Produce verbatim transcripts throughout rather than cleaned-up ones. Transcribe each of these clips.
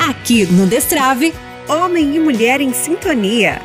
Aqui no Destrave, homem e mulher em sintonia.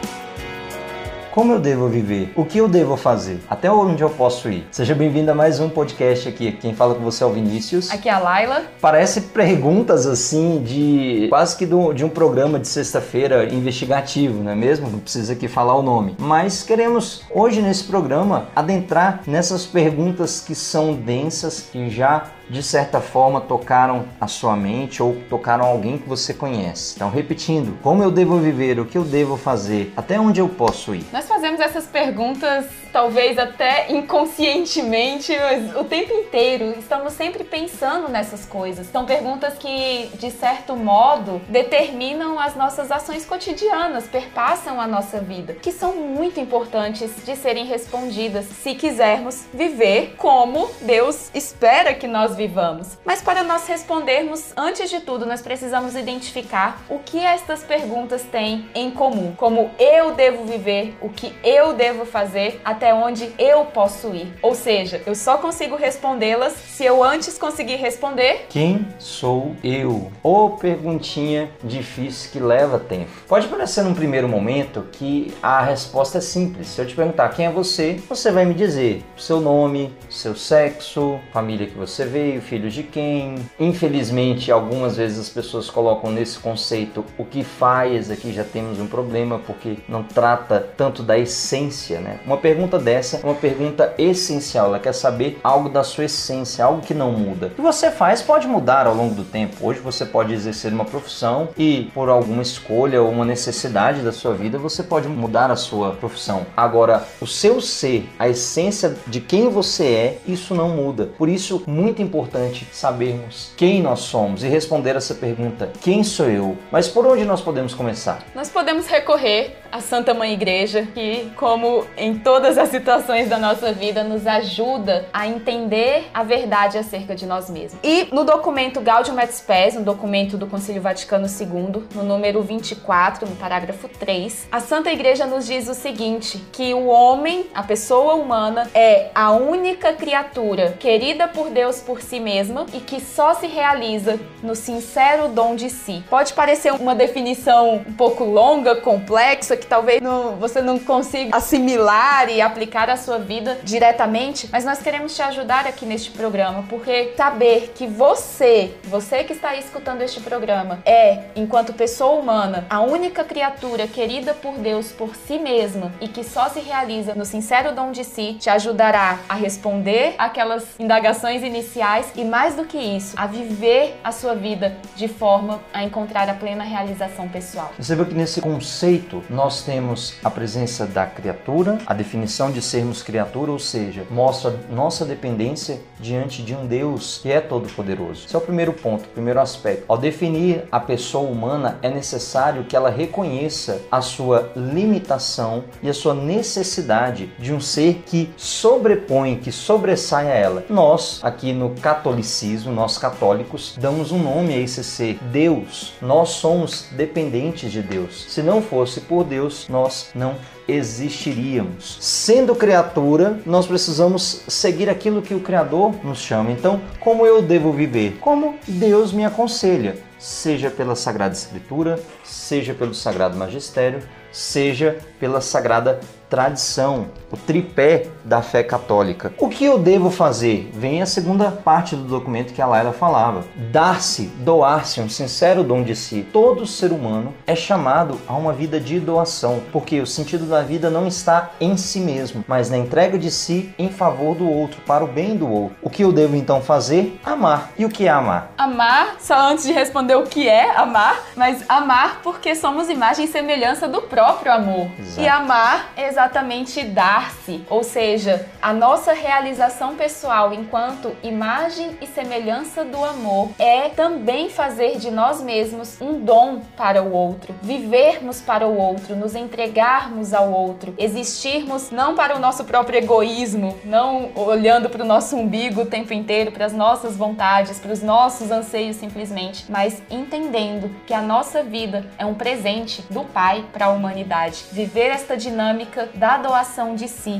Como eu devo viver? O que eu devo fazer? Até onde eu posso ir? Seja bem-vindo a mais um podcast aqui. Quem fala com você é o Vinícius. Aqui é a Laila. Parece perguntas assim de quase que do, de um programa de sexta-feira investigativo, não é mesmo? Não precisa aqui falar o nome. Mas queremos hoje nesse programa adentrar nessas perguntas que são densas, que já de certa forma tocaram a sua mente ou tocaram alguém que você conhece. Então, repetindo, como eu devo viver? O que eu devo fazer? Até onde eu posso ir? Nós fazemos essas perguntas talvez até inconscientemente, mas o tempo inteiro estamos sempre pensando nessas coisas. São perguntas que, de certo modo, determinam as nossas ações cotidianas, perpassam a nossa vida, que são muito importantes de serem respondidas se quisermos viver como Deus espera que nós vivamos. Mas para nós respondermos, antes de tudo, nós precisamos identificar o que estas perguntas têm em comum. Como eu devo viver, o que eu devo fazer, até onde eu posso ir. Ou seja, eu só consigo respondê-las se eu antes conseguir responder: quem sou eu? Ou perguntinha difícil que leva tempo. Pode parecer num primeiro momento que a resposta é simples. Se eu te perguntar quem é você, você vai me dizer o seu nome, seu sexo, família que você veio, filhos de quem. Infelizmente, algumas vezes as pessoas colocam nesse conceito o que faz. Aqui já temos um problema porque não trata tanto da essência, né? Uma pergunta dessa é uma pergunta essencial. Ela quer saber algo da sua essência, algo que não muda. O que você faz pode mudar ao longo do tempo. Hoje você pode exercer uma profissão e por alguma escolha ou uma necessidade da sua vida você pode mudar a sua profissão. Agora, o seu ser, a essência de quem você é, isso não muda. Por isso, muito importante sabermos quem nós somos e responder essa pergunta: quem sou eu? Mas por onde nós podemos começar? Nós podemos recorrer à Santa Mãe Igreja, que, como em todas as situações da nossa vida, nos ajuda a entender a verdade acerca de nós mesmos. E no documento Gaudium et Spes, um documento do Concílio Vaticano segundo, no número vinte e quatro, no parágrafo três, a Santa Igreja nos diz o seguinte: que o homem, a pessoa humana, é a única criatura querida por Deus por si mesma e que só se realiza no sincero dom de si. Pode parecer uma definição um pouco longa, complexa, que talvez não, você não consiga assimilar e aplicar à sua vida diretamente, mas nós queremos te ajudar aqui neste programa, porque saber que você, você que está aí escutando este programa, é, enquanto pessoa humana, a única criatura querida por Deus por si mesma e que só se realiza no sincero dom de si, te ajudará a responder aquelas indagações iniciais e, mais do que isso, a viver a sua vida de forma a encontrar a plena realização pessoal. Você vê que nesse conceito nós temos a presença da criatura, a definição de sermos criatura, ou seja, mostra nossa dependência diante de um Deus que é todo-poderoso. Esse é o primeiro ponto, o primeiro aspecto. Ao definir a pessoa humana, é necessário que ela reconheça a sua limitação e a sua necessidade de um ser que sobrepõe, que sobressai a ela. Nós, aqui no catolicismo, nós católicos, damos um nome a esse ser: Deus. Nós somos dependentes de Deus. Se não fosse por Deus, nós não existiríamos. Sendo criatura, nós precisamos seguir aquilo que o Criador nos chama. Então, como eu devo viver? Como Deus me aconselha, seja pela Sagrada Escritura, seja pelo Sagrado Magistério, seja pela Sagrada Tradição, o tripé da fé católica. O que eu devo fazer? Vem a segunda parte do documento que a Laila falava. Dar-se, doar-se, um sincero dom de si. Todo ser humano é chamado a uma vida de doação, porque o sentido da vida não está em si mesmo, mas na entrega de si em favor do outro, para o bem do outro. O que eu devo então fazer? Amar. E o que é amar? Amar, só antes de responder o que é amar, mas amar porque somos imagem e semelhança do próprio amor. Exato. E amar é exatamente dar-se, ou seja, a nossa realização pessoal enquanto imagem e semelhança do amor é também fazer de nós mesmos um dom para o outro, vivermos para o outro, nos entregarmos ao outro, existirmos não para o nosso próprio egoísmo, não olhando para o nosso umbigo o tempo inteiro, para as nossas vontades, para os nossos anseios simplesmente, mas entendendo que a nossa vida é um presente do Pai para a humanidade. Viver esta dinâmica da doação de si.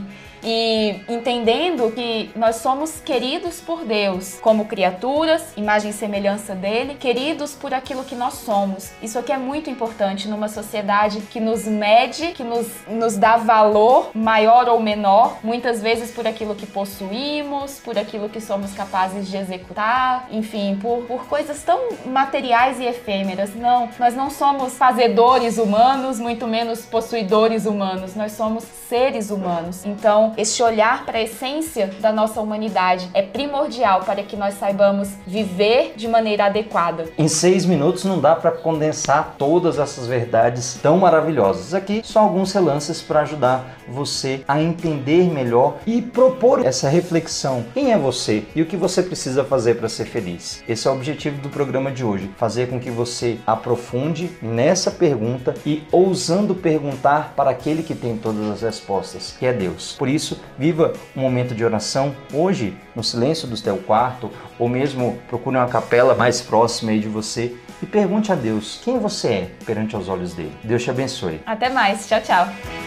e entendendo que nós somos queridos por Deus como criaturas, imagem e semelhança dele, queridos por aquilo que nós somos. Isso aqui é muito importante numa sociedade que nos mede, que nos, nos dá valor maior ou menor, muitas vezes por aquilo que possuímos, por aquilo que somos capazes de executar, enfim, por, por coisas tão materiais e efêmeras. Não, nós não somos fazedores humanos, muito menos possuidores humanos, nós somos seres humanos. Então, este olhar para a essência da nossa humanidade é primordial para que nós saibamos viver de maneira adequada. Em seis minutos não dá para condensar todas essas verdades tão maravilhosas. Aqui só alguns relances para ajudar você a entender melhor e propor essa reflexão. Quem é você e o que você precisa fazer para ser feliz? Esse é o objetivo do programa de hoje, fazer com que você aprofunde nessa pergunta e ousando perguntar para aquele que tem todas as respostas, que é Deus. Por isso, viva um momento de oração hoje, no silêncio do teu quarto, ou mesmo procure uma capela mais próxima aí de você e pergunte a Deus quem você é perante aos olhos dele. Deus te abençoe. Até mais. Tchau, tchau.